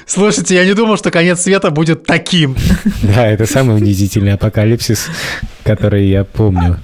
Слушайте, я не думал, что конец света будет таким. Да, это самый унизительный апокалипсис, который я помню.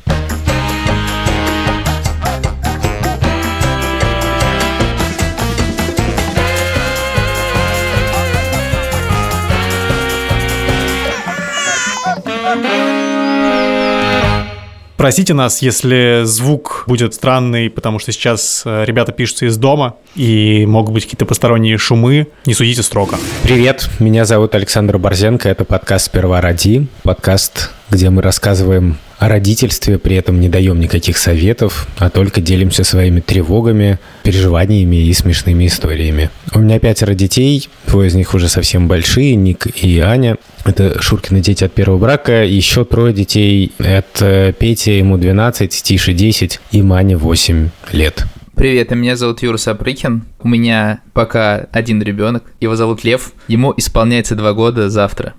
Простите нас, если звук будет странный, потому что сейчас ребята пишутся из дома, и могут быть какие-то посторонние шумы. Не судите строго. Привет, меня зовут Александр Борзенко, это подкаст «Сперва роди», подкаст, где мы рассказываем о родительстве, при этом не даем никаких советов, а только делимся своими тревогами, переживаниями и смешными историями. У меня 5 детей, 2 из них уже совсем большие, Ник и Аня. Это Шуркины дети от первого брака. Еще 3 детей. Это Петя, ему 12, Тише 10 и Мане 8 лет. Привет, меня зовут Юра Сапрыкин. У меня пока один ребенок. Его зовут Лев. Ему исполняется 2 года завтра.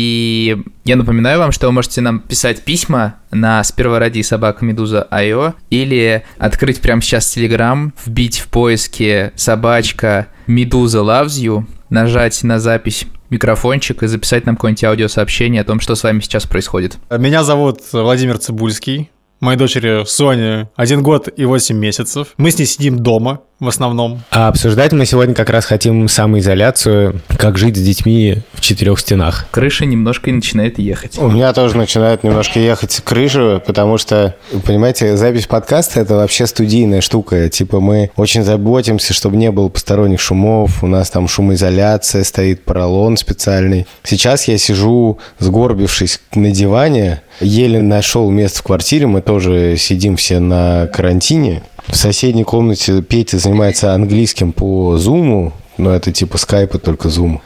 И я напоминаю вам, что вы можете нам писать письма на спервороди@meduza.io или открыть прямо сейчас Telegram, вбить в поиске собачка Meduza loves you, нажать на запись микрофончик и записать нам какое-нибудь аудиосообщение о том, что с вами сейчас происходит. Меня зовут Владимир Цибульский. Моей дочери Соне 1 год и 8 месяцев. Мы с ней сидим дома в основном. А обсуждать мы сегодня как раз хотим самоизоляцию, как жить с детьми в 4 стенах. Крыша немножко начинает ехать. У меня тоже начинает немножко ехать крыша, потому что, понимаете, запись подкаста — это вообще студийная штука. Типа мы очень заботимся, чтобы не было посторонних шумов. У нас там шумоизоляция стоит, поролон специальный. Сейчас я сижу, сгорбившись на диване, еле нашел место в квартире. Мы тоже сидим все на карантине. В соседней комнате Петя занимается английским по Zoom, но это типа скайпа, только Zoom.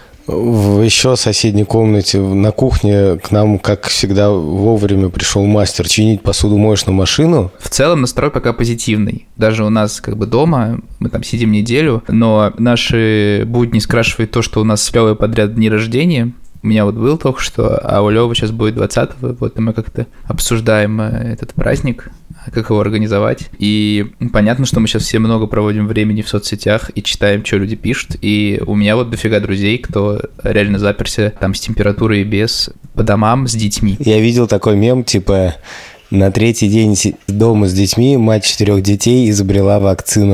В еще соседней комнате на кухне к нам, как всегда, вовремя пришел мастер чинить посудомоечную машину. В целом настрой пока позитивный. Даже у нас как бы дома, мы там сидим неделю, но наши будни скрашивает то, что у нас с Лёвой подряд дни рождения. У меня вот был только что, а у Лёвы сейчас будет 20-го, вот и мы как-то обсуждаем этот праздник, как его организовать. И понятно, что мы сейчас все много проводим времени в соцсетях и читаем, что люди пишут. И у меня вот дофига друзей, кто реально заперся там с температурой и без, по домам с детьми. Я видел такой мем, типа... На 3-й день дома с детьми мать 4 детей изобрела вакцину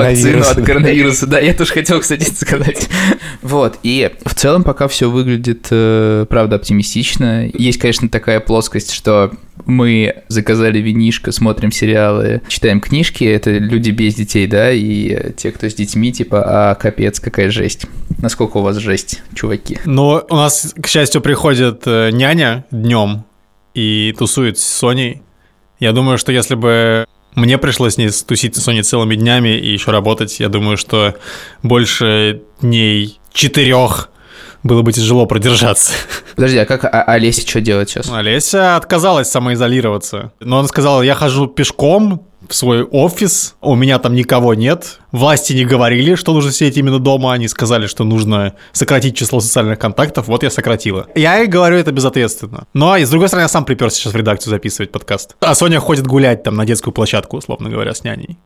от коронавируса. Да, я тоже хотел, кстати, сказать. Вот, и в целом пока все выглядит, правда, оптимистично. Есть, конечно, такая плоскость, что мы заказали винишко, смотрим сериалы, читаем книжки. Это люди без детей, да, и те, кто с детьми, типа, капец, какая жесть. Насколько у вас жесть, чуваки? Но у нас, к счастью, приходит няня днем и тусует с Соней. Я думаю, что если бы мне пришлось с ней тусить с Соней целыми днями и еще работать, я думаю, что больше дней 4 было бы тяжело продержаться. Подожди, а как Олеся что делает сейчас? Олеся отказалась самоизолироваться. Но она сказала, я хожу пешком в свой офис, у меня там никого нет. Власти не говорили, что нужно сидеть именно дома, они сказали, что нужно сократить число социальных контактов, вот я сократила. Я ей говорю это безответственно. Но, и с другой стороны, я сам приперся сейчас в редакцию записывать подкаст. А Соня ходит гулять там на детскую площадку, условно говоря, с няней.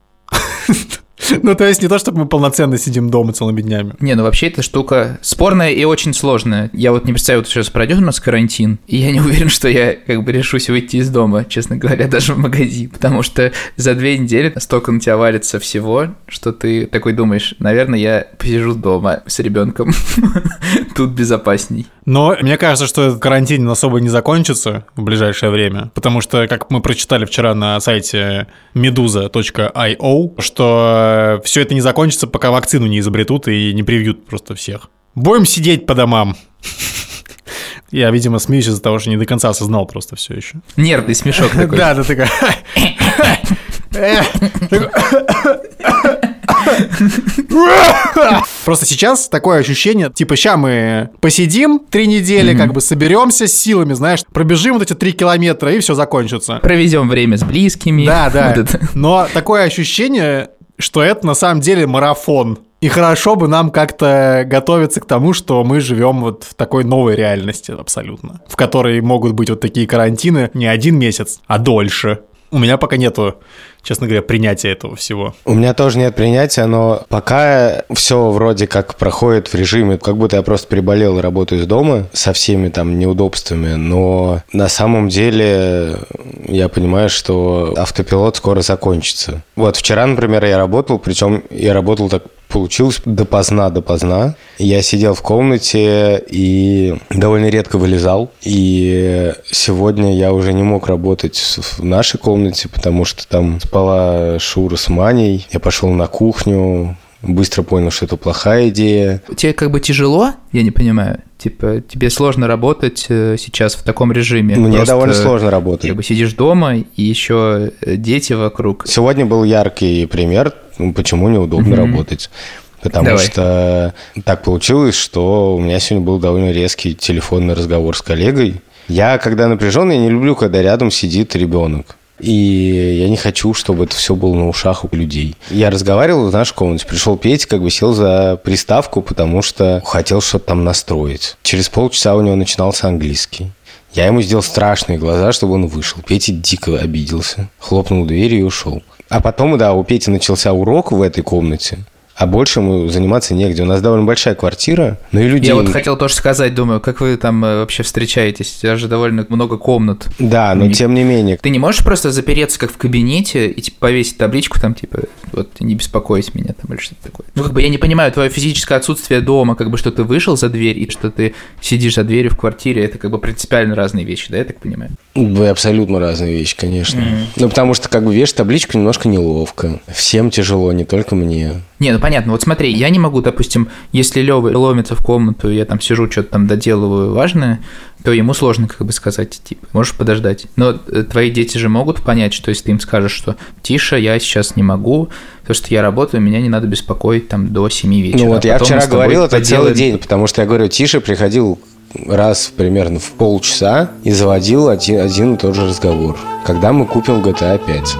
Ну, то есть не то, чтобы мы полноценно сидим дома целыми днями. Не, ну вообще эта штука спорная и очень сложная. Я вот не представляю, вот сейчас пройдет у нас карантин, и я не уверен, что я как бы решусь выйти из дома, честно говоря, даже в магазин. Потому что за 2 недели столько на тебя валится всего, что ты такой думаешь, наверное, я посижу дома с ребенком. Тут безопасней. Но мне кажется, что этот карантин особо не закончится в ближайшее время, потому что, как мы прочитали вчера на сайте meduza.io, что все это не закончится, пока вакцину не изобретут и не привьют просто всех. Будем сидеть по домам. Я, видимо, смеюсь из-за того, что не до конца осознал просто все еще. Нервный смешок такой. Да, да, такой. Просто сейчас такое ощущение, типа, ща мы посидим 3 недели, как бы соберемся с силами, знаешь, пробежим вот эти 3 километра, и все закончится. Проведем время с близкими. Да, да. Но такое ощущение, что это на самом деле марафон. И хорошо бы нам как-то готовиться к тому, что мы живем вот в такой новой реальности абсолютно, в которой могут быть вот такие карантины не 1 месяц, а дольше. У меня пока нету, честно говоря, принятия этого всего. У меня тоже нет принятия, но пока все вроде как проходит в режиме, как будто я просто приболел и работаю из дома со всеми там неудобствами, но на самом деле я понимаю, что автопилот скоро закончится. Вот вчера, например, я работал, причем я работал так получилось допоздна. Я сидел в комнате и довольно редко вылезал. И сегодня я уже не мог работать в нашей комнате, потому что там спала Шура с Маней. Я пошел на кухню, быстро понял, что это плохая идея. Тебе как бы тяжело? Я не понимаю. Типа, тебе сложно работать сейчас в таком режиме? Мне просто довольно сложно работать. Как бы сидишь дома, и еще дети вокруг. Сегодня был яркий пример, почему неудобно работать. Потому что так получилось, что у меня сегодня был довольно резкий телефонный разговор с коллегой. Я, когда напряженный, не люблю, когда рядом сидит ребенок. И я не хочу, чтобы это все было на ушах у людей. Я разговаривал в нашей комнате. Пришел Петя, как бы сел за приставку, потому что хотел что-то там настроить. Через полчаса у него начинался английский. Я ему сделал страшные глаза, чтобы он вышел. Петя дико обиделся, хлопнул дверью и ушел. А потом, да, у Пети начался урок в этой комнате. А больше ему заниматься негде. У нас довольно большая квартира, но и людей... Я вот хотел тоже сказать, думаю, как вы там вообще встречаетесь? У тебя же довольно много комнат. Да, но тем не менее. Ты не можешь просто запереться, как в кабинете, и типа повесить табличку там, типа, вот, не беспокоить меня там или что-то такое? Ну, как бы я не понимаю, твое физическое отсутствие дома, как бы, что ты вышел за дверь, и что ты сидишь за дверью в квартире, это как бы принципиально разные вещи, да, я так понимаю? Вы абсолютно разные вещи, конечно. Ну, потому что, как бы, вешать табличку немножко неловко. Всем тяжело, не только мне. Не, ну понятно, вот смотри, я не могу, допустим, если Лёва ломится в комнату, я там сижу, что-то там доделываю важное, то ему сложно как бы сказать, типа, можешь подождать. Но твои дети же могут понять, что если ты им скажешь, что тише, я сейчас не могу, потому что я работаю, меня не надо беспокоить там до 7 вечера. Ну вот я вчера говорил это целый день, потому что я говорю, тише приходил раз примерно в полчаса и заводил один и тот же разговор. Когда мы купим GTA 5?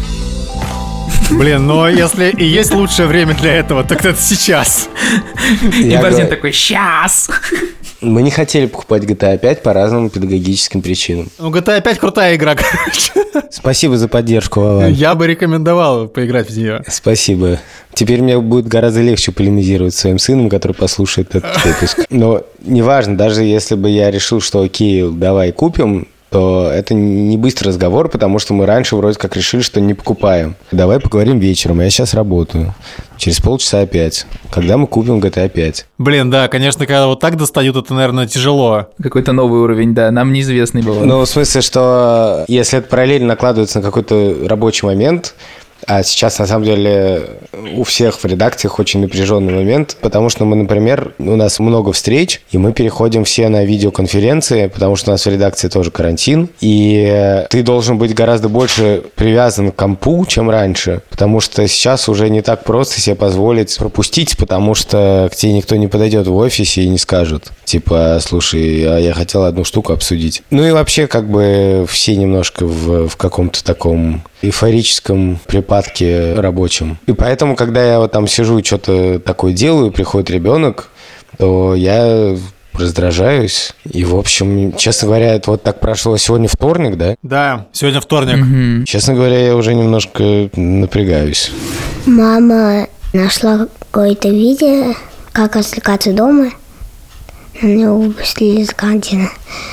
Блин, но если и есть лучшее время для этого, так это сейчас. И Борзин такой, сейчас! Мы не хотели покупать GTA 5 по разным педагогическим причинам. Ну, GTA 5 крутая игра, короче. Спасибо за поддержку, Вован. Я бы рекомендовал поиграть в нее. Спасибо. Теперь мне будет гораздо легче полемизировать с своим сыном, который послушает этот выпуск. Но неважно, даже если бы я решил, что окей, давай купим, то это не быстрый разговор, потому что мы раньше вроде как решили, что не покупаем. Давай поговорим вечером, я сейчас работаю. Через полчаса опять. Когда мы купим GTA 5? Блин, да, конечно, когда вот так достают, это, наверное, тяжело. Какой-то новый уровень, да, нам неизвестный был. Ну, в смысле, что если это параллельно накладывается на какой-то рабочий момент, а сейчас, на самом деле, у всех в редакциях очень напряженный момент, потому что мы, например, у нас много встреч, и мы переходим все на видеоконференции, потому что у нас в редакции тоже карантин, и ты должен быть гораздо больше привязан к компу, чем раньше, потому что сейчас уже не так просто себе позволить пропустить, потому что к тебе никто не подойдет в офисе и не скажет, типа, слушай, а я хотел одну штуку обсудить. Ну и вообще, как бы, все немножко в каком-то таком эйфорическом припадке рабочем. И поэтому, когда я вот там сижу и что-то такое делаю, приходит ребенок, то я раздражаюсь. И, в общем, честно говоря, это вот так прошло. Сегодня вторник, да? Да, сегодня вторник. Честно говоря, я уже немножко напрягаюсь. Мама нашла какое-то видео, как развлекаться дома. На него выпустили из карантина.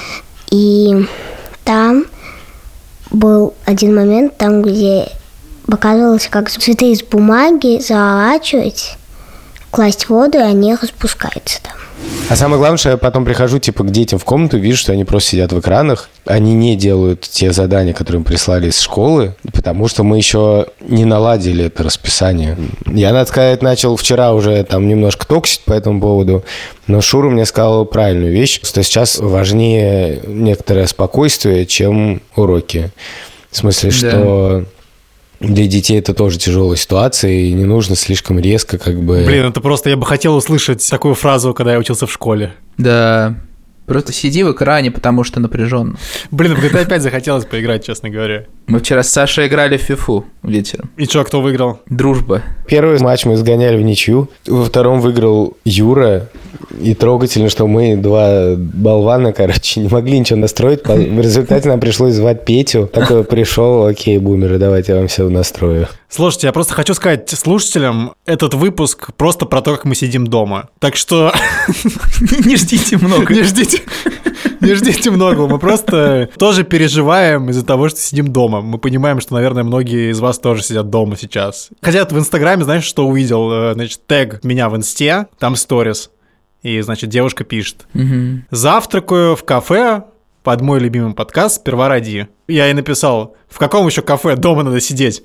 И там был один момент, там, где показывалось, как цветы из бумаги заворачивать, класть в воду, и они распускаются там. А самое главное, что я потом прихожу типа к детям в комнату, вижу, что они просто сидят в экранах. Они не делают те задания, которые им прислали из школы, потому что мы еще не наладили это расписание. Я, надо сказать, начал вчера уже там немножко токсить по этому поводу, но Шура мне сказала правильную вещь, что сейчас важнее некоторое спокойствие, чем уроки. В смысле, что... Для детей это тоже тяжелая ситуация, и не нужно слишком резко как бы... Блин, это просто я бы хотел услышать такую фразу, когда я учился в школе. Да, Просто сиди в экране, потому что напряженно. Блин, в GTA опять захотелось поиграть, честно говоря. Мы вчера с Сашей играли в фифу вечером. И чё, кто выиграл? Дружба. Первый матч мы сгоняли в ничью, во втором выиграл Юра. И трогательно, что мы два болвана, короче, не могли ничего настроить. В результате нам пришлось звать Петю. Такой пришел: окей, бумеры, давайте я вам все настрою. Слушайте, я просто хочу сказать слушателям, этот выпуск просто про то, как мы сидим дома. Так что Не ждите много. не ждите много. Мы просто тоже переживаем из-за того, что сидим дома. Мы понимаем, что, наверное, многие из вас тоже сидят дома сейчас. Хотя в Инстаграме, знаешь, что увидел? Значит, тег меня в Инсте, там сторис. И, значит, девушка пишет: завтракаю в кафе под мой любимый подкаст «Сперва роди». Я ей написал: в каком еще кафе? Дома надо сидеть.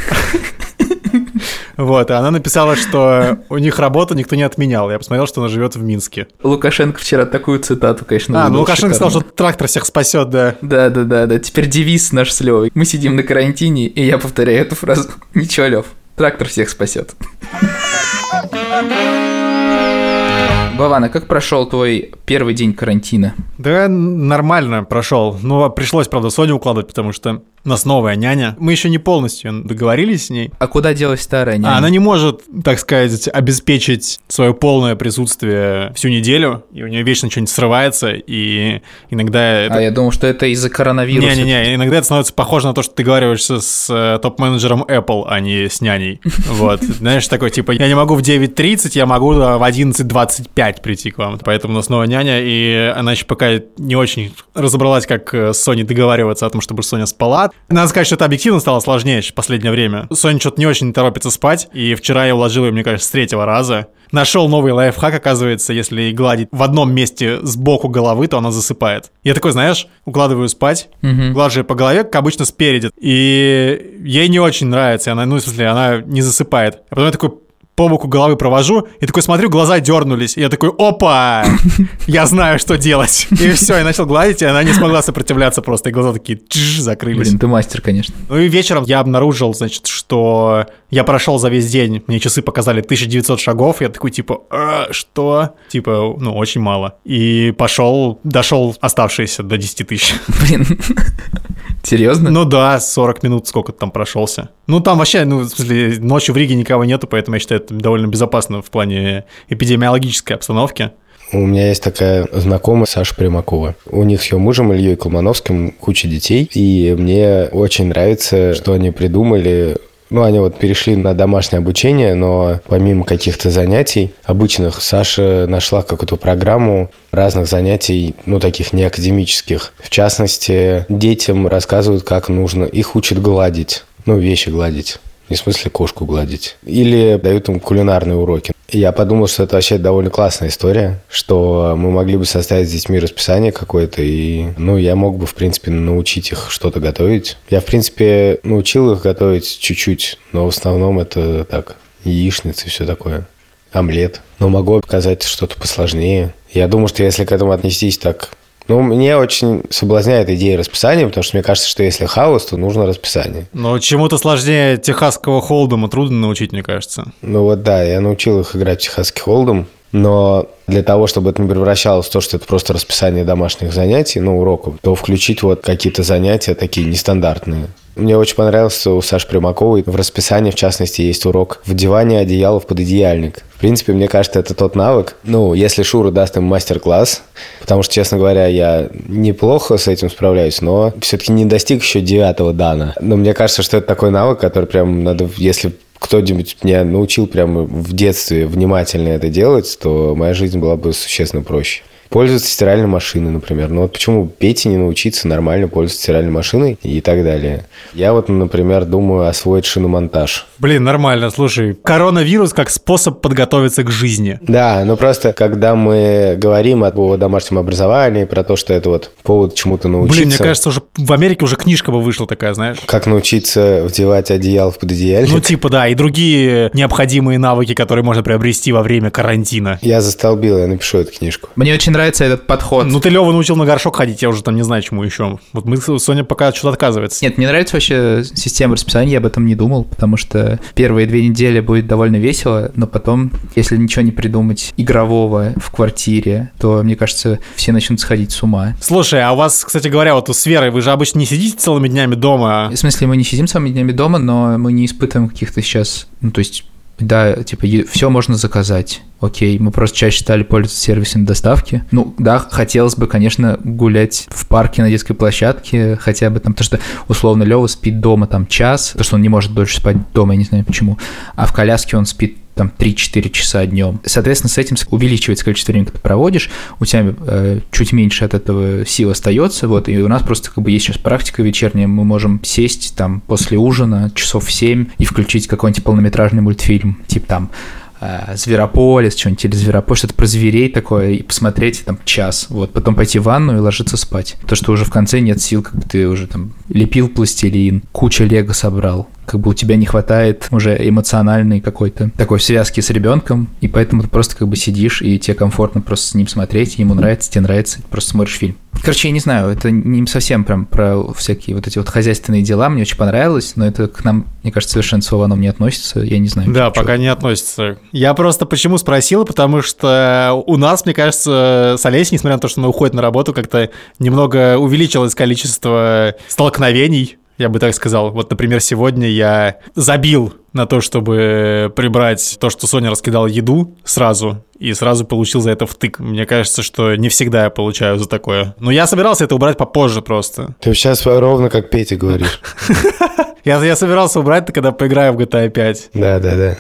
Вот, и она написала, что у них работу никто не отменял. Я посмотрел, что она живет в Минске. Лукашенко вчера такую цитату, конечно, выдал. Лукашенко шикарно. сказал, что трактор всех спасет, да. Да. Теперь девиз наш с Левой. Мы сидим на карантине, и я повторяю эту фразу. Ничего, Лев, трактор всех спасет. Вован, а как прошел твой первый день карантина? Да, нормально прошел. Ну, пришлось, правда, Соню укладывать, потому что у нас новая няня. Мы еще не полностью договорились с ней. А куда делась старая няня? Она не может, так сказать, обеспечить свое полное присутствие всю неделю, и у нее вечно что-нибудь срывается, и иногда это... А я думал, что это из-за коронавируса. Не-не-не, иногда это становится похоже на то, что ты договариваешься с топ-менеджером Apple, а не с няней. Вот, знаешь, такой, типа, я не могу в 9:30, я могу в 11:25 прийти к вам. Поэтому у нас новая няня, и она еще пока не очень разобралась, как с Соней договариваться о том, чтобы Соня спала. Надо сказать, что это объективно стало сложнее в последнее время. Соня что-то не очень торопится спать, и вчера я уложил ее, мне кажется, с 3-го раза. Нашел новый лайфхак, оказывается, если гладить в одном месте сбоку головы, то она засыпает. Я такой, знаешь, укладываю спать, глажу ее по голове, как обычно, спереди. И ей не очень нравится, она, ну, в смысле, она не засыпает. А потом я такой по боку головы провожу, и такой смотрю, глаза дернулись, и я такой: опа, я знаю, что делать. И все, я начал гладить, и она не смогла сопротивляться просто, и глаза такие закрылись. Блин, ты мастер, конечно. Ну и вечером я обнаружил, значит, что я прошел за весь день, мне часы показали 1900 шагов, я такой, типа, что? Типа, ну, очень мало. И дошел оставшиеся до 10 тысяч. Блин, серьезно? Ну да, 40 минут сколько-то там прошелся. Ну там вообще, ну, в смысле, ночью в Риге никого нету, поэтому я считаю, это довольно безопасно в плане эпидемиологической обстановки. У меня есть такая знакомая, Саша Примакова. У них с ее мужем Ильей Колмановским куча детей, и мне очень нравится, что они придумали. Ну, они вот перешли на домашнее обучение, но помимо каких-то занятий обычных, Саша нашла какую-то программу разных занятий, ну, таких неакадемических. В частности, детям рассказывают, как нужно, их учат гладить, ну, вещи гладить. Не в смысле кошку гладить. Или дают им кулинарные уроки. И я подумал, что это вообще довольно классная история, что мы могли бы составить с детьми расписание какое-то, и, ну, я мог бы, в принципе, научить их что-то готовить. Я, в принципе, научил их готовить чуть-чуть, но в основном это так, яичницы и все такое. Омлет. Но могу показать что-то посложнее. Я думаю, что если к этому отнестись так... Ну, мне очень соблазняет идея расписания, потому что мне кажется, что если хаос, то нужно расписание. Но чему-то сложнее техасского холдома трудно научить, мне кажется. Ну вот да, я научил их играть в техасский холдом, но для того, чтобы это не превращалось в то, что это просто расписание домашних занятий, ну, уроков, то включить вот какие-то занятия такие нестандартные. Мне очень понравился у Саши Примаковой в расписании, в частности, есть урок вдевания одеяла в пододеяльник. В принципе, мне кажется, это тот навык. Ну, если Шура даст им мастер-класс, потому что, честно говоря, я неплохо с этим справляюсь, но все-таки не достиг еще 9-го дана. Но мне кажется, что это такой навык, который прям надо, если кто-нибудь меня научил прямо в детстве внимательно это делать, то моя жизнь была бы существенно проще. Пользоваться стиральной машиной, например. Ну вот почему Пете не научиться нормально пользоваться стиральной машиной и так далее. Я вот, например, думаю освоить шиномонтаж. Блин, нормально, слушай. Коронавирус как способ подготовиться к жизни. Да, но просто когда мы говорим о домашнем образовании, про то, что это вот повод чему-то научиться... Блин, мне кажется, уже в Америке уже книжка бы вышла такая, знаешь. Как научиться вдевать одеяло в пододеяльник. Ну типа да, и другие необходимые навыки, которые можно приобрести во время карантина. Я застолбил, я напишу эту книжку. Мне очень нравится этот подход. Ну ты Лёва научил на горшок ходить, я уже там не знаю, чему еще. Вот Соня пока что-то отказывается. Нет, мне нравится вообще система расписания, я об этом не думал, потому что что первые 2 недели будет довольно весело, но потом, если ничего не придумать игрового в квартире, то, мне кажется, все начнут сходить с ума. Слушай, а у вас, кстати говоря, вот с Верой, вы же обычно не сидите целыми днями дома? В смысле, мы не сидим целыми днями дома, но мы не испытываем каких-то сейчас, ну, то есть, да, типа, все можно заказать. Окей, мы просто чаще стали пользоваться сервисами доставки. Ну, да, хотелось бы, конечно, гулять в парке на детской площадке, хотя бы там, потому что, условно, Лёва спит дома там час, потому что он не может дольше спать дома, я не знаю почему, а в коляске он спит там 3-4 часа днем. Соответственно, с этим увеличивается количество времени, когда ты проводишь, у тебя чуть меньше от этого сил остается, вот, и у нас просто как бы есть сейчас практика вечерняя, мы можем сесть там после ужина часов в 7 и включить какой-нибудь полнометражный мультфильм, типа там Зверополис, что-нибудь, или Зверополис, что-то про зверей такое, и посмотреть там час, вот, потом пойти в ванну и ложиться спать. То, что уже в конце нет сил, как бы ты уже там лепил пластилин, куча лего собрал, как бы у тебя не хватает уже эмоциональной какой-то такой связки с ребенком, и поэтому ты просто как бы сидишь, и тебе комфортно просто с ним смотреть, ему нравится, тебе нравится, просто смотришь фильм. Короче, я не знаю, это не совсем прям про всякие вот эти вот хозяйственные дела, мне очень понравилось, но это к нам, мне кажется, совершенно слово не относится, я не знаю. Да, пока не относится. Я просто почему спросил, потому что у нас, мне кажется, с Олесей, несмотря на то, что она уходит на работу, как-то немного увеличилось количество столкновений, я бы так сказал. Вот, например, сегодня я забил на то, чтобы прибрать то, что Соня раскидала еду сразу, и сразу получил за это втык. Мне кажется, что не всегда я получаю за такое. Но я собирался это убрать попозже просто. Ты сейчас ровно как Петя говоришь. Я собирался убрать, когда поиграю в GTA 5. Да.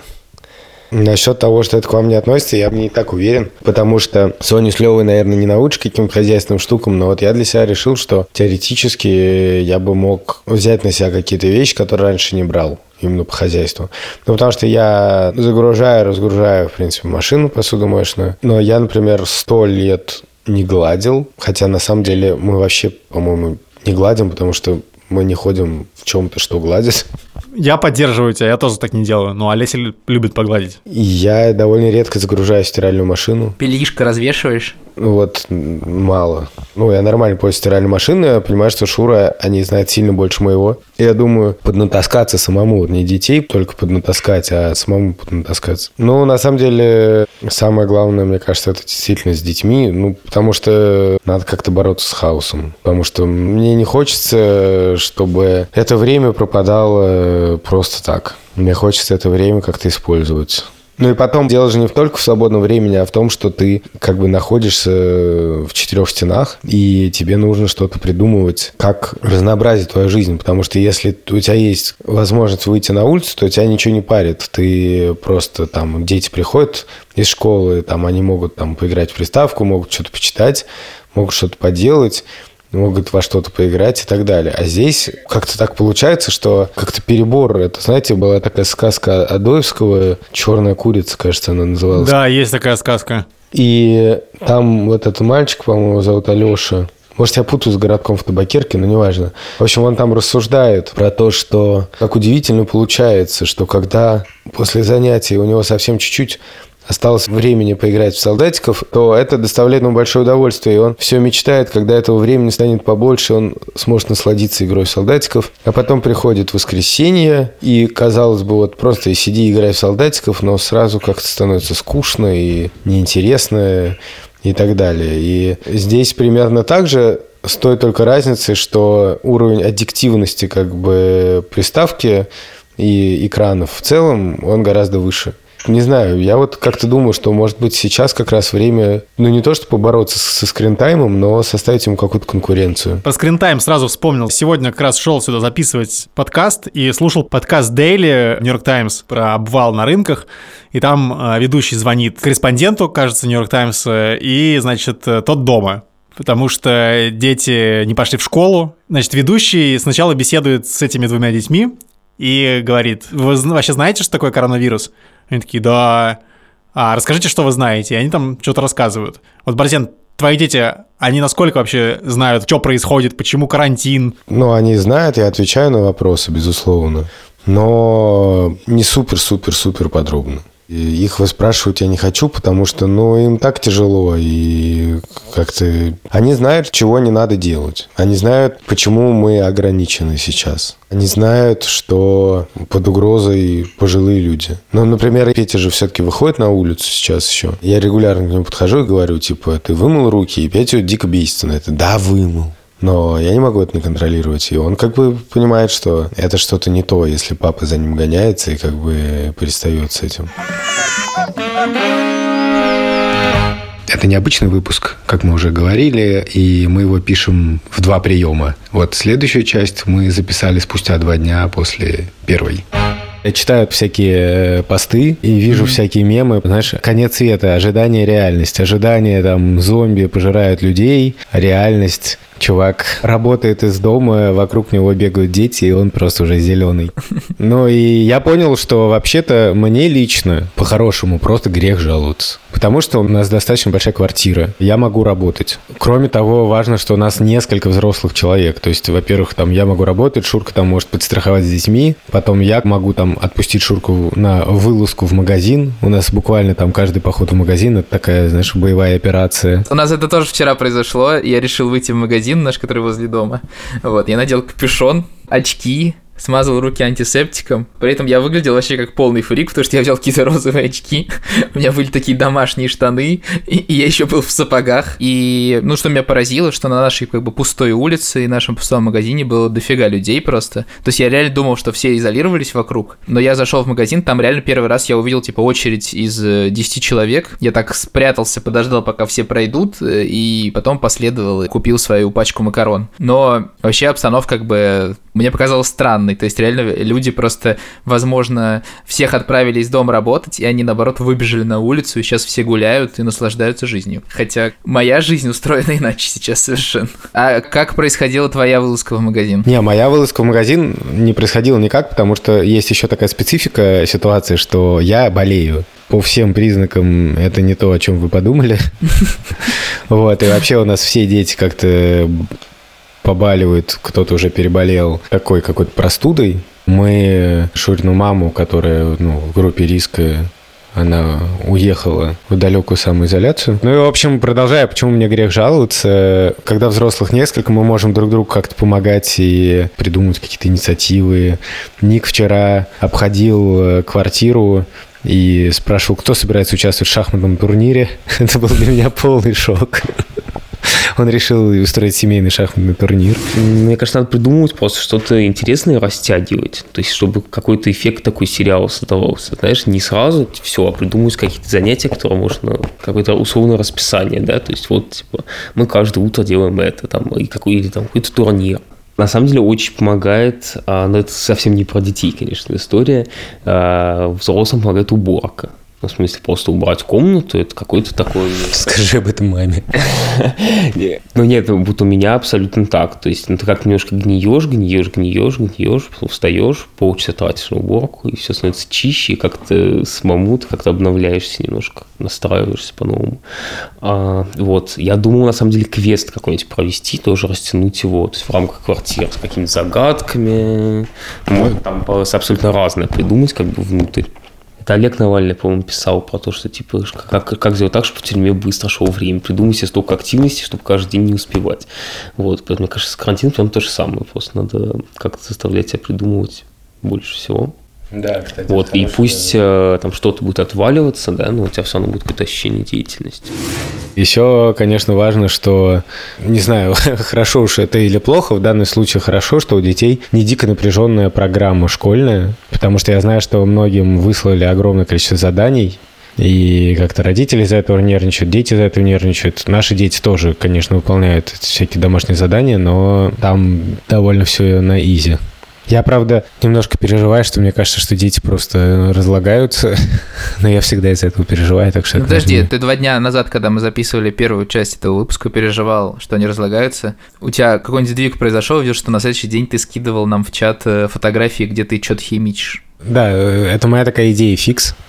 Насчет того, что это к вам не относится, я не так уверен, потому что Соню с Левой, наверное, не научишь каким-то хозяйственным штукам, но вот я для себя решил, что теоретически я бы мог взять на себя какие-то вещи, которые раньше не брал, именно по хозяйству. Ну, потому что я разгружаю, в принципе, машину посудомоечную, но я, например, 100 лет не гладил, хотя на самом деле мы вообще, по-моему, не гладим, потому что мы не ходим в чем-то, что гладить. Я поддерживаю тебя, я тоже так не делаю, но Олеся любит погладить. И я довольно редко загружаю стиральную машину. Бельишко развешиваешь? Вот, мало. Ну, я нормально пользуюсь стиральной машиной, я понимаю, что Шура, они знают сильно больше моего. Я думаю, поднатаскаться самому, не детей только поднатаскать, а самому поднатаскаться. Ну, на самом деле, самое главное, мне кажется, это действительно с детьми, ну, потому что надо как-то бороться с хаосом. Потому что мне не хочется, чтобы это время пропадало просто так. Мне хочется это время как-то использовать. Ну и потом дело же не только в свободном времени, а в том, что ты как бы находишься в 4 стенах, и тебе нужно что-то придумывать, как разнообразить твою жизнь. Потому что если у тебя есть возможность выйти на улицу, то тебя ничего не парит. Ты просто там, дети приходят из школы, там они могут там поиграть в приставку, могут что-то почитать, могут что-то поделать, могут во что-то поиграть и так далее. А здесь как-то так получается, что как-то перебор. Это, знаете, была такая сказка Адоевского «Черная курица», кажется, она называлась. Да, есть такая сказка. И там вот этот мальчик, по-моему, зовут Алеша. Может, я путаю с городком в Табакерке, но неважно. В общем, он там рассуждает про то, что как удивительно получается, что когда после занятий у него совсем чуть-чуть осталось времени поиграть в солдатиков, то это доставляет ему большое удовольствие. И он все мечтает, когда этого времени станет побольше, он сможет насладиться игрой в солдатиков. А потом приходит воскресенье, и, казалось бы, вот просто и сиди, играй в солдатиков, но сразу как-то становится скучно и неинтересно и так далее. И здесь примерно так же, с той только разницей, что уровень аддиктивности как бы приставки и экранов в целом, он гораздо выше. Не знаю, я вот как-то думаю, что, может быть, сейчас как раз время, ну, не то, чтобы побороться со скринтаймом, но составить ему какую-то конкуренцию. Про скринтайм сразу вспомнил. Сегодня как раз шел сюда записывать подкаст и слушал подкаст Daily New York Times про обвал на рынках. И там ведущий звонит корреспонденту, кажется, New York Times, и, значит, тот дома. Потому что дети не пошли в школу. Значит, ведущий сначала беседует с этими 2 детьми и говорит: вы вообще знаете, что такое коронавирус? Они такие: да. А расскажите, что вы знаете. И они там что-то рассказывают. Вот, Борзен, твои дети, они насколько вообще знают, что происходит, почему карантин? Ну, они знают, я отвечаю на вопросы, безусловно. Но не супер-супер-супер подробно. И их выспрашивать я не хочу, потому что, им так тяжело, и как-то... Они знают, чего не надо делать. Они знают, почему мы ограничены сейчас. Они знают, что под угрозой пожилые люди. Например, Петя же все-таки выходит на улицу сейчас еще. Я регулярно к нему подхожу и говорю, ты вымыл руки? И Петя дико бесится на это. Да, вымыл. Но я не могу это не контролировать. И он понимает, что это что-то не то, если папа за ним гоняется и перестает с этим. Это необычный выпуск, как мы уже говорили, и мы его пишем в 2 приема. Следующую часть мы записали спустя 2 дня после первой. Я читаю всякие посты и вижу всякие мемы. Знаешь, конец света, ожидание, реальность. Ожидание, зомби пожирают людей, а реальность... Чувак работает из дома, вокруг него бегают дети, и он просто уже зеленый. И я понял, что вообще-то мне лично, по-хорошему, просто грех жаловаться. Потому что у нас достаточно большая квартира. Я могу работать. Кроме того, важно, что у нас несколько взрослых человек. То есть, во-первых, я могу работать, Шурка может подстраховать с детьми. Потом я могу отпустить Шурку на вылазку в магазин. У нас буквально каждый поход в магазин — это такая, знаешь, боевая операция. У нас это тоже вчера произошло. Я решил выйти в магазин наш, который возле дома. Я надел капюшон, очки, смазал руки антисептиком. При этом я выглядел вообще как полный фрик, потому что я взял какие-то розовые очки. У меня были такие домашние штаны, и я еще был в сапогах. И, что меня поразило, что на нашей пустой улице и нашем пустом магазине было дофига людей просто. То есть я реально думал, что все изолировались вокруг. Но я зашел в магазин, там реально первый раз я увидел, очередь из 10 человек. Я так спрятался, подождал, пока все пройдут, и потом последовал и купил свою пачку макарон. Но вообще обстановка мне показалась странной. То есть реально люди просто, возможно, всех отправили из дома работать, и они, наоборот, выбежали на улицу, и сейчас все гуляют и наслаждаются жизнью. Хотя моя жизнь устроена иначе сейчас совершенно. А как происходила твоя вылазка в магазин? Не, моя вылазка в магазин не происходила никак, потому что есть еще такая специфика ситуации, что я болею. По всем признакам это не то, о чем вы подумали. И вообще у нас все дети как-то... побаливают, кто-то уже переболел такой какой-то простудой. Мы Шурину маму, которая в группе риска, она уехала в далекую самоизоляцию. В общем, продолжая, почему мне грех жаловаться, когда взрослых несколько, мы можем друг другу как-то помогать и придумывать какие-то инициативы. Ник вчера обходил квартиру и спрашивал, кто собирается участвовать в шахматном турнире. Это был для меня полный шок. Он решил устроить семейный шахматный турнир. Мне кажется, надо придумывать просто что-то интересное, растягивать. То есть, чтобы какой-то эффект такой сериала создавался. Знаешь, не сразу все, а придумывать какие-то занятия, которые можно... Какое-то условное расписание, да? То есть, мы каждое утро делаем это, или какой-то турнир. На самом деле очень помогает, но это совсем не про детей, конечно, история. Взрослым помогает уборка. В смысле, просто убрать комнату, это какой-то такой... Скажи об этом маме. Нет, у меня абсолютно так. То есть, ты как немножко гниешь, потом встаешь, полчаса тратишь на уборку, и все становится чище, и как-то самому ты как-то обновляешься немножко, настраиваешься по-новому. Я думал, на самом деле, квест какой-нибудь провести, тоже растянуть его, то есть в рамках квартиры с какими-то загадками. Можно там абсолютно разное придумать внутрь. Это Олег Навальный, по-моему, писал про то, что как сделать так, чтобы в тюрьме быстро шло время. Придумать себе столько активности, чтобы каждый день не успевать. Поэтому, мне кажется, с карантином прям то же самое. Просто надо как-то заставлять себя придумывать больше всего. Да, кстати. И пусть там что-то будет отваливаться, да, но у тебя все равно будет какое-то ощущение деятельности. Еще, конечно, важно, что, не знаю, хорошо уж это или плохо, в данном случае хорошо, что у детей не дико напряженная программа школьная, потому что я знаю, что многим выслали огромное количество заданий, и как-то родители из-за этого нервничают, дети из-за этого нервничают. Наши дети тоже, конечно, выполняют всякие домашние задания, но там довольно все на изи. Я, правда, немножко переживаю, что мне кажется, что дети просто разлагаются, но я всегда из-за этого переживаю, так что... Подожди, ты 2 дня назад, когда мы записывали первую часть этого выпуска, переживал, что они разлагаются. У тебя какой-нибудь сдвиг произошел, видишь, что на следующий день ты скидывал нам в чат фотографии, где ты что-то химичишь. Да, это моя такая идея фикс.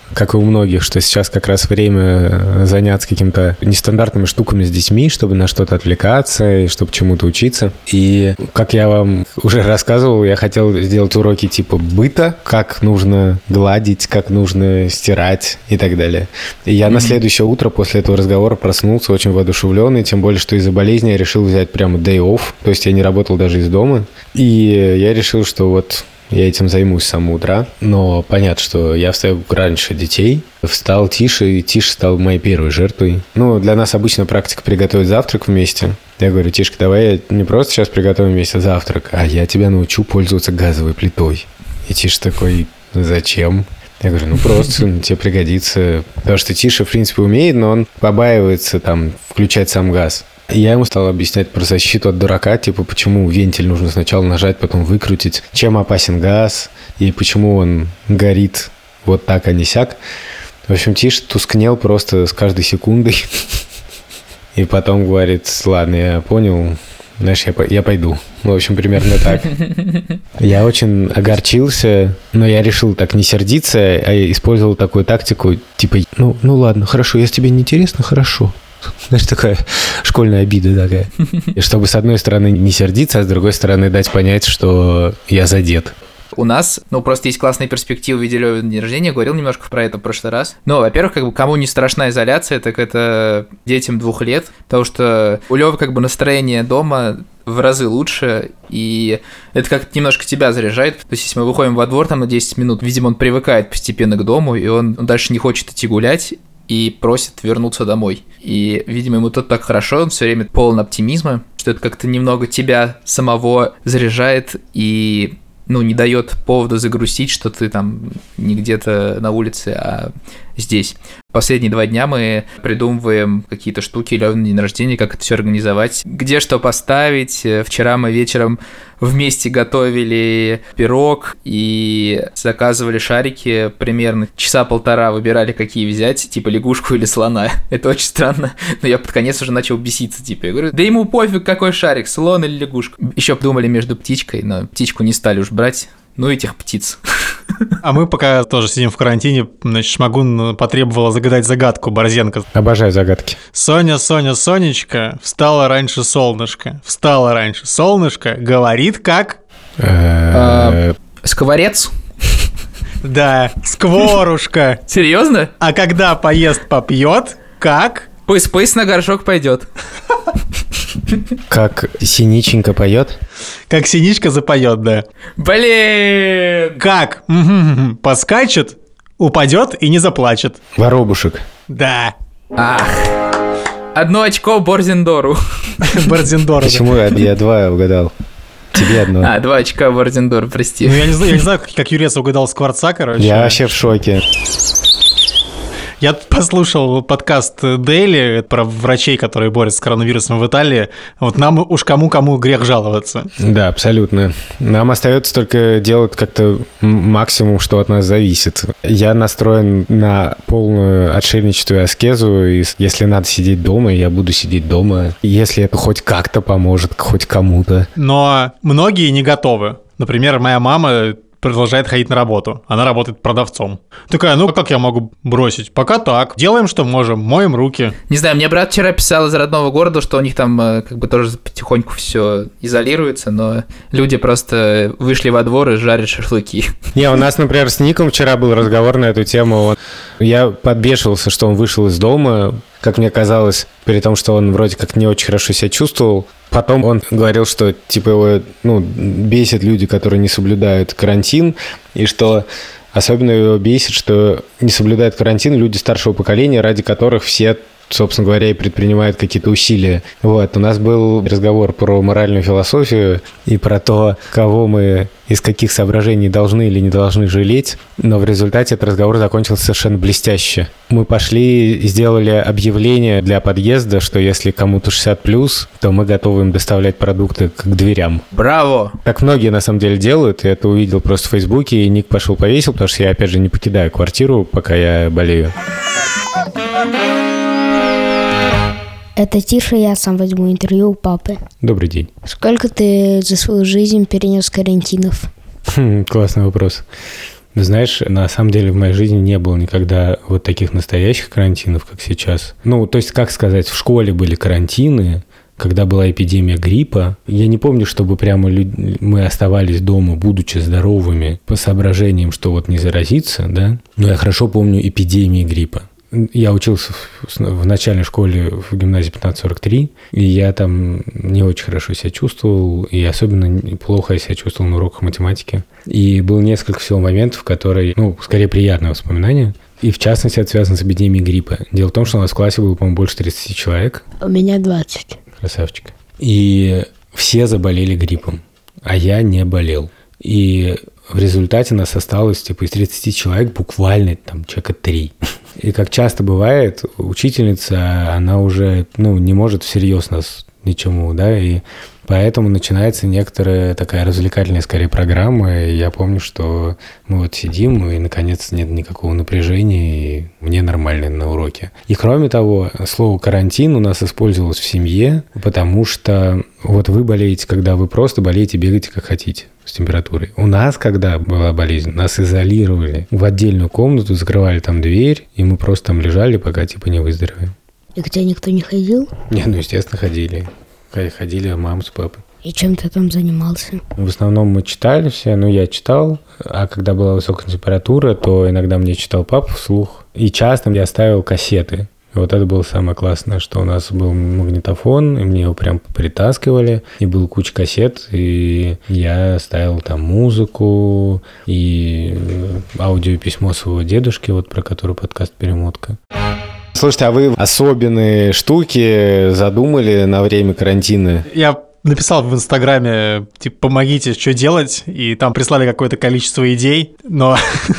как и у многих, что сейчас как раз время заняться какими-то нестандартными штуками с детьми, чтобы на что-то отвлекаться и чтобы чему-то учиться. И, как я вам уже рассказывал, я хотел сделать уроки типа быта, как нужно гладить, как нужно стирать и так далее. И я на следующее утро после этого разговора проснулся очень воодушевленный, тем более, что из-за болезни я решил взять прямо day off, то есть я не работал даже из дома. И я решил, что вот я этим займусь с самого утра, но понятно, что я встаю раньше детей, встал Тише, и Тиша стал моей первой жертвой. Ну, для нас обычно практика приготовить завтрак вместе. Я говорю: Тишка, давай не просто сейчас приготовим вместе завтрак, а я тебя научу пользоваться газовой плитой. И Тиша такой: зачем? Я говорю: ну просто тебе пригодится. Потому что Тиша, в принципе, умеет, но он побаивается там включать сам газ. И я ему стал объяснять про защиту от дурака, типа, почему вентиль нужно сначала нажать, потом выкрутить, чем опасен газ, и почему он горит вот так, а не сяк. В общем, Тиша тускнел просто с каждой секундой. И потом говорит: ладно, я понял, знаешь, я пойду. В общем, примерно так. Я очень огорчился, но я решил так не сердиться, а использовал такую тактику, типа, ну ладно, хорошо, если тебе не интересно, хорошо. Знаешь, такая школьная обида такая. И чтобы, с одной стороны, не сердиться, а с другой стороны, дать понять, что я задет. У нас, просто есть классная перспектива в виде Лёвы на день рождения, говорил немножко про это в прошлый раз. Но, во-первых, кому не страшна изоляция, так это детям 2 лет, потому что у Лёвы настроение дома в разы лучше, и это как-то немножко тебя заряжает. То есть, если мы выходим во двор там на 10 минут, видимо, он привыкает постепенно к дому, и он дальше не хочет идти гулять, и просит вернуться домой. И, видимо, ему тут так хорошо, он все время полон оптимизма, что это как-то немного тебя самого заряжает и, не дает повода загрустить, что ты там не где-то на улице, а здесь. Последние 2 дня мы придумываем какие-то штуки Лёвы на день рождения, как это все организовать, где что поставить. Вчера мы вечером вместе готовили пирог и заказывали шарики, примерно часа 1,5 выбирали, какие взять, типа лягушку или слона. Это очень странно, но я под конец уже начал беситься, типа, я говорю: да ему пофиг, какой шарик, слон или лягушка. Еще думали между птичкой, но птичку не стали уж брать. Ну, этих птиц. А мы пока тоже сидим в карантине, значит, Шмагун потребовала загадать загадку Борзенко. Обожаю загадки. Соня, Сонечка, встала раньше солнышко. Встала раньше солнышко, говорит как? Скворец? Да, скворушка. Серьезно? А когда поест, попьет, как? Пыс-пыс на горшок пойдет. Как синиченька поет? Как синичка запоет, да. Блин! Как? Поскачет, упадет и не заплачет. Воробушек. Да. Ах. 1 очко Борзендору. Борзендору. Почему я 2 угадал? Тебе 1. 2 очка Борзендору, прости. Ну, я не знаю, как Юрец угадал Скворца, короче. Я вообще в шоке. Я послушал подкаст Daily про врачей, которые борются с коронавирусом в Италии. Вот нам уж кому грех жаловаться. Да, абсолютно. Нам остается только делать как-то максимум, что от нас зависит. Я настроен на полную отшельничество и аскезу, и если надо сидеть дома, я буду сидеть дома. Если это хоть как-то поможет, хоть кому-то. Но многие не готовы. Например, моя мама продолжает ходить на работу. Она работает продавцом. Такая: ну как я могу бросить? Пока так. Делаем, что можем. Моем руки. Не знаю, мне брат вчера писал из родного города, что у них там тоже потихоньку все изолируется, но люди просто вышли во двор и жарят шашлыки. Не, у нас, например, с Ником вчера был разговор на эту тему. Я подбешивался, что он вышел из дома, как мне казалось, при том, что он вроде как не очень хорошо себя чувствовал. Потом он говорил, что типа его бесит люди, которые не соблюдают карантин, и что особенно его бесит, что не соблюдают карантин люди старшего поколения, ради которых все, собственно говоря, и предпринимают какие-то усилия. Вот. У нас был разговор про моральную философию и про то, кого мы из каких соображений должны или не должны жалеть, но в результате этот разговор закончился совершенно блестяще. Мы пошли и сделали объявление для подъезда, что если кому-то 60+, то мы готовы им доставлять продукты к дверям. Браво! Так многие на самом деле делают, я это увидел просто в Фейсбуке, и Ник пошел повесил, потому что я, опять же, не покидаю квартиру, пока я болею. Это Тиша, я сам возьму интервью у папы. Добрый день. Сколько ты за свою жизнь перенес карантинов? Классный вопрос. Знаешь, на самом деле в моей жизни не было никогда вот таких настоящих карантинов, как сейчас. Ну, то есть, как сказать, в школе были карантины, когда была эпидемия гриппа. Я не помню, чтобы прямо мы оставались дома, будучи здоровыми, по соображениям, что вот не заразиться, да. Но я хорошо помню эпидемии гриппа. Я учился в начальной школе в гимназии 1543, и я там не очень хорошо себя чувствовал, и особенно плохо я себя чувствовал на уроках математики. И было несколько всего моментов, которые, ну, скорее приятные воспоминания. И в частности, это связано с эпидемией гриппа. Дело в том, что у нас в классе было, по-моему, больше 30 человек. У меня 20. Красавчик. И все заболели гриппом, а я не болел. И в результате нас осталось, типа, из 30 человек буквально там человека 3. И как часто бывает, учительница, она уже, ну, не может всерьез нас ничему, да, и поэтому начинается некоторая такая развлекательная, скорее, программа. И я помню, что мы вот сидим, и, наконец, нет никакого напряжения, и мне нормально на уроке. И, кроме того, слово «карантин» у нас использовалось в семье, потому что вот вы болеете, когда вы просто болеете, бегаете как хотите с температурой. У нас, когда была болезнь, нас изолировали в отдельную комнату, закрывали там дверь, и мы просто там лежали, пока типа не выздоровеем. И к тебе никто не ходил? Не, ну, естественно, ходили. Ходили мама с папой. И чем ты там занимался? В основном мы читали все, ну, я читал, а когда была высокая температура, то иногда мне читал папа вслух. И часто я ставил кассеты. И вот это было самое классное, что у нас был магнитофон, и мне его прям притаскивали, и была куча кассет, и я ставил там музыку, и аудиописьмо своего дедушки, вот про который подкаст «Перемотка». Слушайте, а вы особенные штуки задумали на время карантина? Я написал в Инстаграме, типа, помогите, что делать, и там прислали какое-то количество идей, но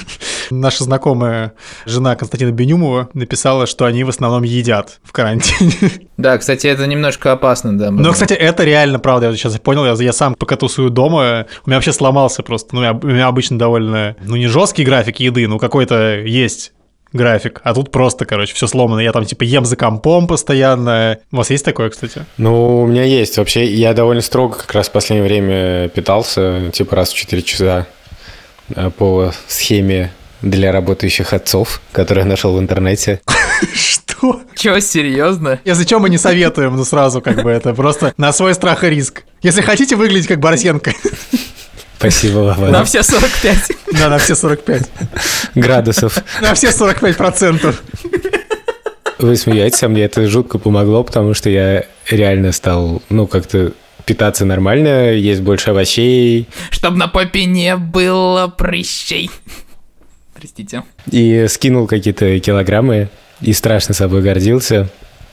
наша знакомая жена Константина Бенюмова написала, что они в основном едят в карантине. Да, кстати, это немножко опасно, да. Но, кстати, это реально правда, я сейчас понял, я сам пока тусую дома, у меня вообще сломался просто, у меня обычно довольно, не жесткий график еды, но какой-то есть график, а тут просто, короче, все сломано. Я там типа ем за компом постоянно. У вас есть такое, кстати? Ну, у меня есть. Вообще, я довольно строго как раз в последнее время питался, типа раз в 4 часа по схеме для работающих отцов, которую я нашел в интернете. Что? Чё, серьезно? Если чё, мы не советуем, ну сразу как бы это просто на свой страх и риск. Если хотите выглядеть как Борзенко. Спасибо вам. На все 45. Да, на все 45. Градусов. На все 45%. Вы смеетесь, а мне это жутко помогло, потому что я реально стал, ну, как-то питаться нормально, есть больше овощей. Чтоб на попе не было прыщей. Простите. И скинул какие-то килограммы, и страшно собой гордился.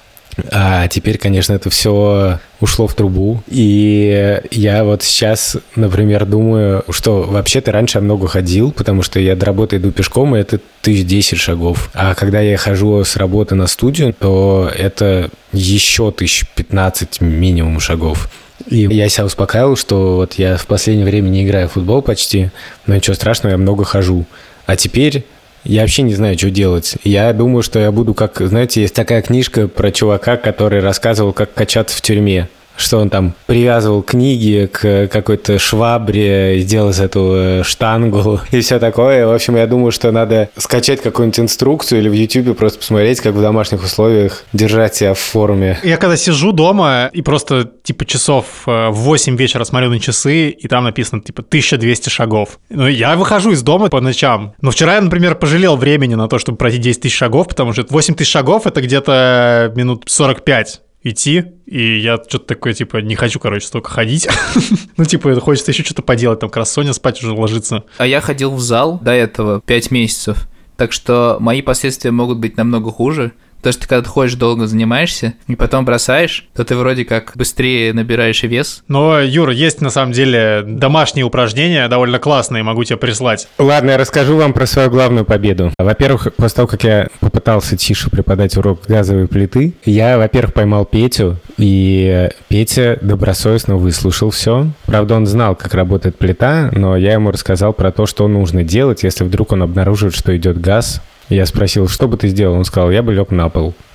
А теперь, конечно, это все ушло в трубу. И я вот сейчас, например, думаю, что вообще-то раньше я много ходил, потому что я до работы иду пешком, и это 1010 шагов. А когда я хожу с работы на студию, то это еще 1015 минимум шагов. И я себя успокаивал, что вот я в последнее время не играю в футбол почти, но ничего страшного, я много хожу. А теперь я вообще не знаю, что делать. Я думаю, что я буду как... Знаете, есть такая книжка про чувака, который рассказывал, как качаться в тюрьме. Что он там привязывал книги к какой-то швабре, сделал из этого штангу и все такое. В общем, я думаю, что надо скачать какую-нибудь инструкцию или в YouTube просто посмотреть, как в домашних условиях держать себя в форме. Я когда сижу дома и просто типа часов в 8 вечера смотрю на часы, и там написано типа 1200 шагов. Ну, я выхожу из дома по ночам. Но вчера я, например, пожалел времени на то, чтобы пройти 10 тысяч шагов, потому что 8 тысяч шагов — это где-то минут 45 идти, и я что-то такое, типа, не хочу, короче, столько ходить. Ну, типа, хочется еще что-то поделать, там, как раз Соня спать уже ложится. А я ходил в зал до этого 5 месяцев, так что мои последствия могут быть намного хуже. Потому что когда ты ходишь, долго занимаешься, и потом бросаешь, то ты вроде как быстрее набираешь вес. Но, Юр, есть на самом деле домашние упражнения, довольно классные, могу тебе прислать. Ладно, я расскажу вам про свою главную победу. Во-первых, после того, как я попытался тише преподать урок газовой плиты, я, во-первых, поймал Петю, и Петя добросовестно выслушал все. Правда, он знал, как работает плита, но я ему рассказал про то, что нужно делать, если вдруг он обнаружит, что идет газ. Я спросил, что бы ты сделал? Он сказал, я бы лег на пол.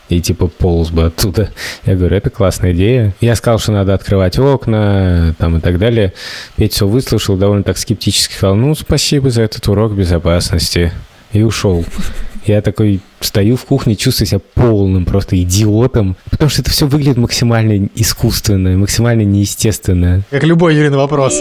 и типа полз бы оттуда. Я говорю, это классная идея. Я сказал, что надо открывать окна, там и так далее. Петя все выслушал, довольно так скептически сказал, ну, спасибо за этот урок безопасности. И ушел. Я такой стою в кухне, чувствую себя полным просто идиотом, потому что это все выглядит максимально искусственно, максимально неестественно. Как любой Юрий вопрос.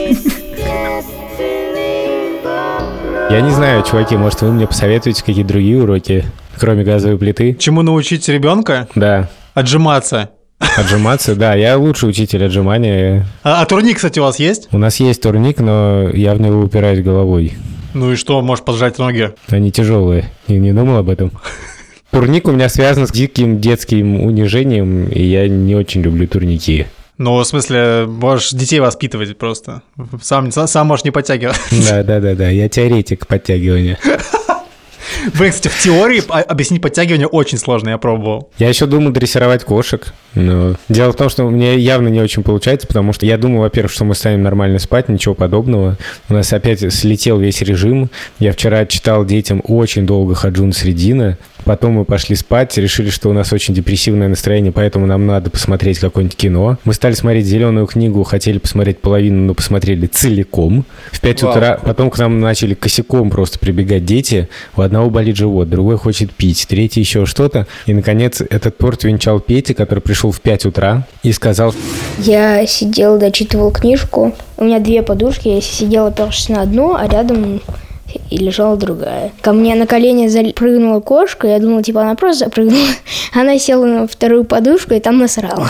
Я не знаю, чуваки, может, вы мне посоветуете какие-то другие уроки, кроме газовой плиты? Чему научить ребенка? Да. Отжиматься. Отжиматься, да, я лучший учитель отжимания. А турник, кстати, у вас есть? У нас есть турник, но я в него упираюсь головой. Ну и что, можешь поджать ноги? Они тяжелые. Я не думал об этом. Турник у меня связан с диким детским унижением, и я не очень люблю турники. Ну, в смысле, можешь детей воспитывать просто. Сам можешь не подтягивать. Да, я теоретик подтягивания. Блин, кстати, в теории объяснить подтягивание очень сложно, я пробовал. Я еще думал дрессировать кошек, но дело в том, что мне явно не очень получается, потому что я думал, во-первых, что мы станем нормально спать, ничего подобного. У нас опять слетел весь режим. Я вчера читал детям очень долго Хаджун Средина, потом мы пошли спать, решили, что у нас очень депрессивное настроение, поэтому нам надо посмотреть какое-нибудь кино. Мы стали смотреть «Зеленую книгу», хотели посмотреть половину, но посмотрели целиком. В 5 утра, потом к нам начали косяком просто прибегать дети. У одного болит живот, другой хочет пить, третий еще что-то. И, наконец, этот торт венчал Петя, который пришел в 5 утра и сказал... Я сидел, дочитывал книжку. У меня 2 подушки, я сидела, опершись на одну, а рядом и лежала другая. Ко мне на колени запрыгнула кошка, я думала, типа, она просто запрыгнула. Она села на вторую подушку и там насрала.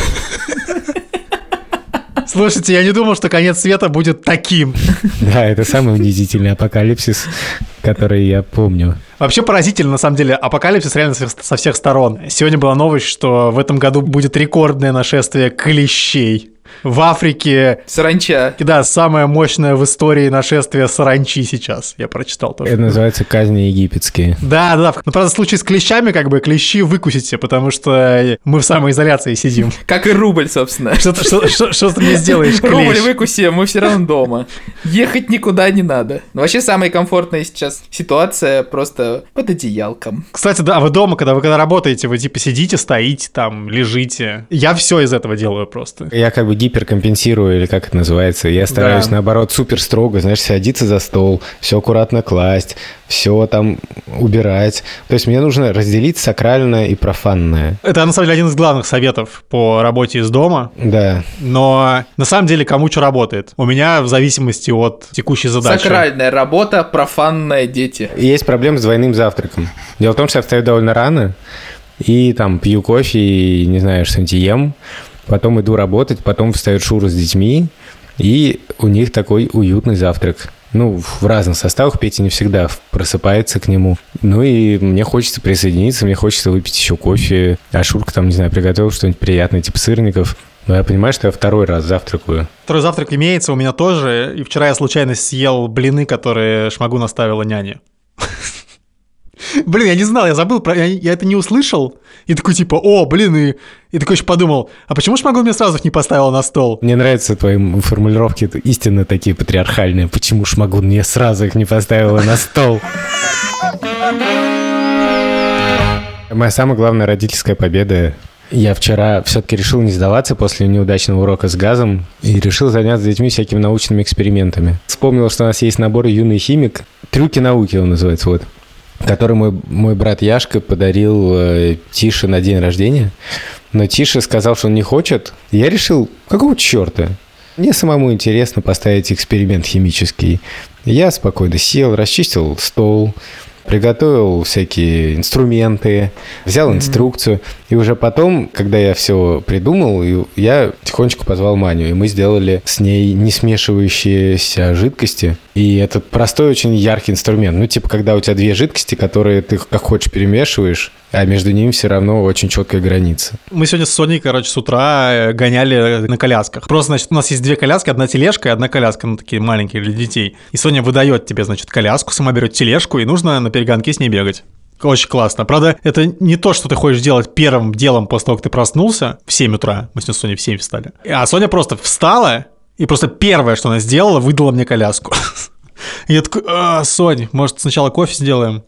Слушайте, я не думал, что конец света будет таким. Да, это самый унизительный апокалипсис, который я помню. Вообще поразительно, на самом деле, апокалипсис реально со всех сторон. Сегодня была новость, что в этом году будет рекордное нашествие клещей. В Африке... Саранча. Да, самое мощное в истории нашествие саранчи сейчас. Я прочитал тоже. Это называется казни египетские. Да. Но, правда, в случае с клещами, как бы, клещи выкусите, потому что мы в самоизоляции сидим. Как и рубль, собственно. Что ты мне сделаешь, клещ? Рубль выкусим, мы все равно дома. Ехать никуда не надо. Но вообще самая комфортная сейчас ситуация просто под одеялком. Кстати, да, вы дома, когда работаете, вы типа сидите, стоите там, лежите. Я все из этого делаю просто. Я как бы гиперкомпенсирую, или как это называется. Я стараюсь, наоборот, супер строго, знаешь, садиться за стол, все аккуратно класть, все там убирать. То есть мне нужно разделить сакральное и профанное. Это, на самом деле, один из главных советов по работе из дома. Да. Но, на самом деле, кому что работает. У меня в зависимости от текущей задачи. Сакральная работа, профанная дети. Есть проблема с двойным завтраком. Дело в том, что я встаю довольно рано, и там пью кофе, и, не знаю, что-нибудь ем. Потом иду работать, потом встает Шура с детьми, и у них такой уютный завтрак. Ну, в разных составах, Петя не всегда просыпается к нему. Ну и мне хочется присоединиться, мне хочется выпить еще кофе. А Шурка там, не знаю, приготовил что-нибудь приятное, типа сырников. Но я понимаю, что я второй раз завтракаю. Второй завтрак имеется у меня тоже, и вчера я случайно съел блины, которые Шмагу наставила няня. Блин, я не знал, я забыл, я это не услышал. И такой типа, о, блин, и такой еще подумал, а почему Шмагу мне сразу их не поставила на стол? Мне нравятся твои формулировки, это истинно такие патриархальные. Почему Шмагун мне сразу их не поставила на стол? Моя самая главная родительская победа. Я вчера все-таки решил не сдаваться после неудачного урока с газом и решил заняться с детьми всякими научными экспериментами. Вспомнил, что у нас есть набор «Юный химик». «Трюки науки» он называется, вот. Который мой брат Яшка подарил Тише на день рождения. Но Тиша сказал, что он не хочет. Я решил, какого черта? Мне самому интересно поставить эксперимент химический. Я спокойно сел, расчистил стол, приготовил всякие инструменты, взял инструкцию. И уже потом, когда я все придумал, я тихонечко позвал Маню. И мы сделали с ней не смешивающиеся жидкости. И это простой, очень яркий инструмент. Ну, типа, когда у тебя 2 жидкости, которые ты как хочешь перемешиваешь, а между ними все равно очень четкая граница. Мы сегодня с Соней, с утра гоняли на колясках. Просто, значит, у нас есть 2 коляски, одна тележка и одна коляска, ну, такие маленькие для детей. И Соня выдает тебе, значит, коляску, сама берет тележку, и нужно на перегонки с ней бегать. Очень классно. Правда, это не то, что ты хочешь делать первым делом после того, как ты проснулся в 7 утра. Мы с Соней в 7 встали. А Соня просто встала, и просто первое, что она сделала, выдала мне коляску. И я такой, Сонь, может, сначала кофе сделаем?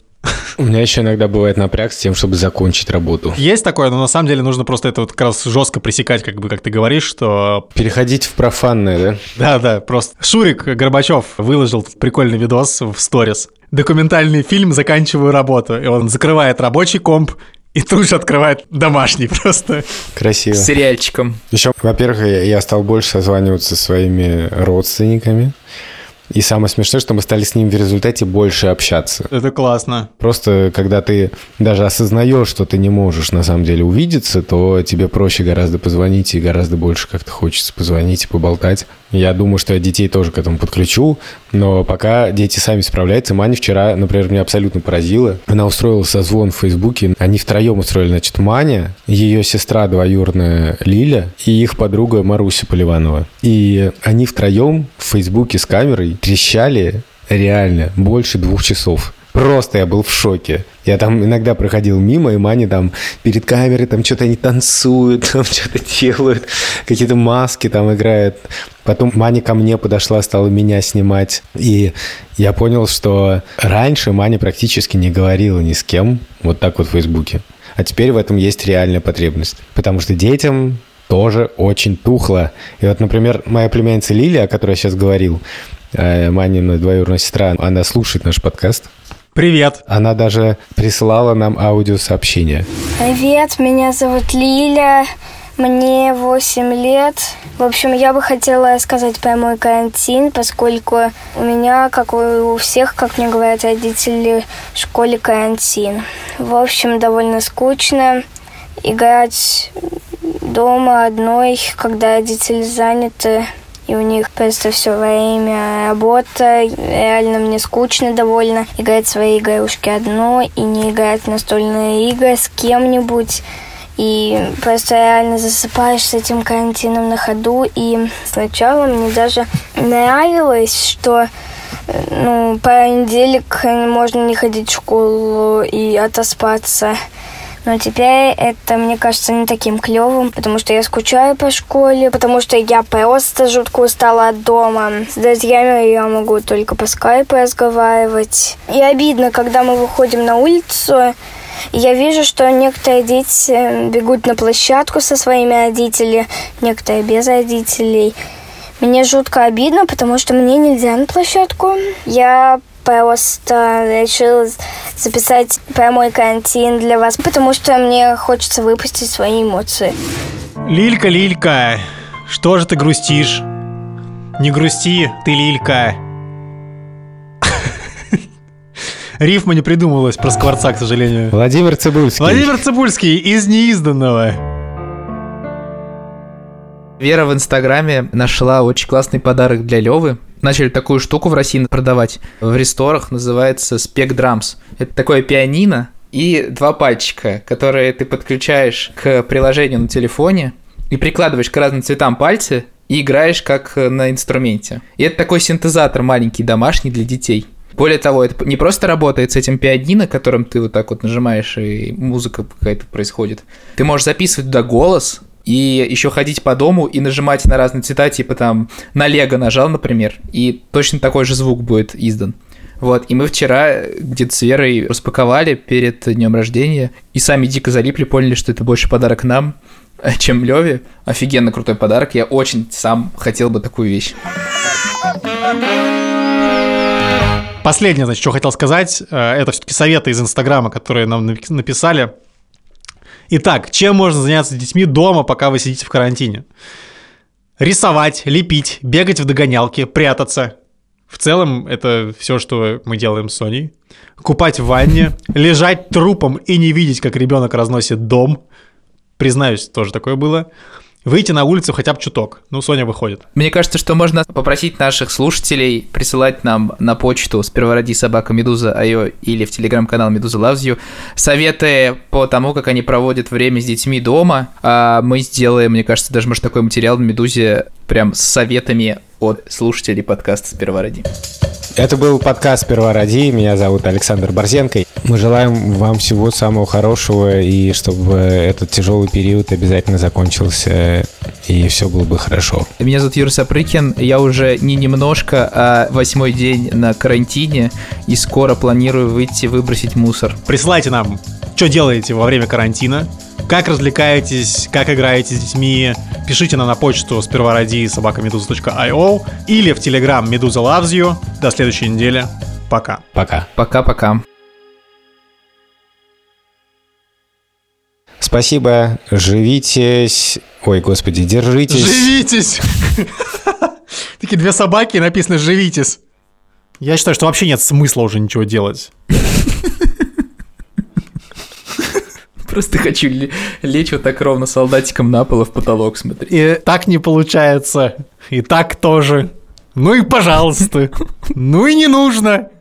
можешь. У меня еще иногда бывает напряг с тем, чтобы закончить работу. Есть такое, но на самом деле нужно просто это вот как раз жестко пресекать, как ты говоришь, что... Переходить в профанное, да? Да, просто. Шурик Горбачев выложил прикольный видос в сторис. Документальный фильм «Заканчиваю работу». И он закрывает рабочий комп и тут же открывает домашний просто. Красиво. С сериальчиком. Еще, во-первых, я стал больше созваниваться со своими родственниками. И самое смешное, что мы стали с ним в результате больше общаться. Это классно. Просто когда ты даже осознаешь, что ты не можешь на самом деле увидеться, то тебе проще гораздо позвонить и гораздо больше как-то хочется позвонить и поболтать. Я думаю, что я детей тоже к этому подключу, но пока дети сами справляются. Маня вчера, например, меня абсолютно поразила. Она устроила созвон в Фейсбуке. Они втроем устроили, значит, Маня, ее сестра двоюродная Лиля и их подруга Маруся Поливанова. И они втроем в Фейсбуке с камерой трещали реально больше 2 часов. Просто я был в шоке. Я там иногда проходил мимо, и Маня там перед камерой, там что-то они танцуют, там что-то делают, какие-то маски там играют. Потом Маня ко мне подошла, стала меня снимать. И я понял, что раньше Маня практически не говорила ни с кем вот так вот в Фейсбуке. А теперь в этом есть реальная потребность. Потому что детям тоже очень тухло. И вот, например, моя племянница Лилия, о которой я сейчас говорил, Манина двоюродная сестра, она слушает наш подкаст. Привет. Она даже прислала нам аудиосообщение. Привет, меня зовут Лиля, мне 8 лет. В общем, я бы хотела сказать про мой карантин, поскольку у меня, как у всех, как мне говорят родители, в школе карантин. В общем, довольно скучно играть дома одной, когда родители заняты. И у них просто все время работа. Реально мне скучно довольно играть в свои игрушки одной и не играть в настольные игры с кем-нибудь. И просто реально засыпаешь с этим карантином на ходу. И сначала мне даже нравилось, что понедельник можно не ходить в школу и отоспаться. Но теперь это, мне кажется, не таким клевым, потому что я скучаю по школе, потому что я просто жутко устала от дома. С друзьями я могу только по скайпу разговаривать. И обидно, когда мы выходим на улицу, я вижу, что некоторые дети бегут на площадку со своими родителями, некоторые без родителей. Мне жутко обидно, потому что мне нельзя на площадку. Я просто решила записать про мой карантин для вас, потому что мне хочется выпустить свои эмоции. Лилька, что же ты грустишь? Не грусти, ты Лилька. Рифма не придумывалась про Скворца, к сожалению. Владимир Цибульский. Владимир Цибульский из неизданного. Вера в Инстаграме нашла очень классный подарок для Лёвы. Начали такую штуку в России продавать в ресторах, называется Spec Drums. Это такое пианино и 2 пальчика, которые ты подключаешь к приложению на телефоне и прикладываешь к разным цветам пальцы и играешь как на инструменте. И это такой синтезатор маленький, домашний для детей. Более того, это не просто работает с этим пианино, которым ты вот так вот нажимаешь, и музыка какая-то происходит. Ты можешь записывать туда голос, и еще ходить по дому и нажимать на разные цвета, типа там на Лего нажал, например, и точно такой же звук будет издан. Вот, и мы вчера где-то с Верой распаковали перед днем рождения, и сами дико залипли, поняли, что это больше подарок нам, чем Леве. Офигенно крутой подарок, я очень сам хотел бы такую вещь. Последнее, значит, что хотел сказать, это все-таки советы из Инстаграма, которые нам написали. Итак, чем можно заняться с детьми дома, пока вы сидите в карантине? Рисовать, лепить, бегать в догонялки, прятаться. В целом, это все, что мы делаем с Соней. Купать в ванне, лежать трупом и не видеть, как ребенок разносит дом. Признаюсь, тоже такое было. Выйти на улицу хотя бы чуток. Ну, Соня выходит. Мне кажется, что можно попросить наших слушателей присылать нам на почту спервороди@meduza.io или в телеграм-канал Meduza Loves You советы по тому, как они проводят время с детьми дома. А мы сделаем, мне кажется, даже, может, такой материал на Медузе прям с советами от слушателей подкаста «Сперва ради». Это был подкаст «Сперва ради». Меня зовут Александр Борзенко. Мы желаем вам всего самого хорошего, и чтобы этот тяжелый период обязательно закончился, и все было бы хорошо. Меня зовут Юра Сапрыкин, я уже не немножко, а 8-й день на карантине, и скоро планирую выйти выбросить мусор. Присылайте нам, что делаете во время карантина, как развлекаетесь, как играете с детьми. Пишите нам на почту спервароди@meduza.io или в Telegram Meduza Loves You. До следующей недели. Пока. Пока. Пока-пока. Спасибо. Живитесь. Ой, господи, держитесь. Живитесь! Такие 2 собаки, написано «Живитесь». Я считаю, что вообще нет смысла уже ничего делать. Просто хочу лечь вот так ровно солдатиком на пол и в потолок смотреть. И так не получается. И так тоже. Ну и пожалуйста. Ну и не нужно.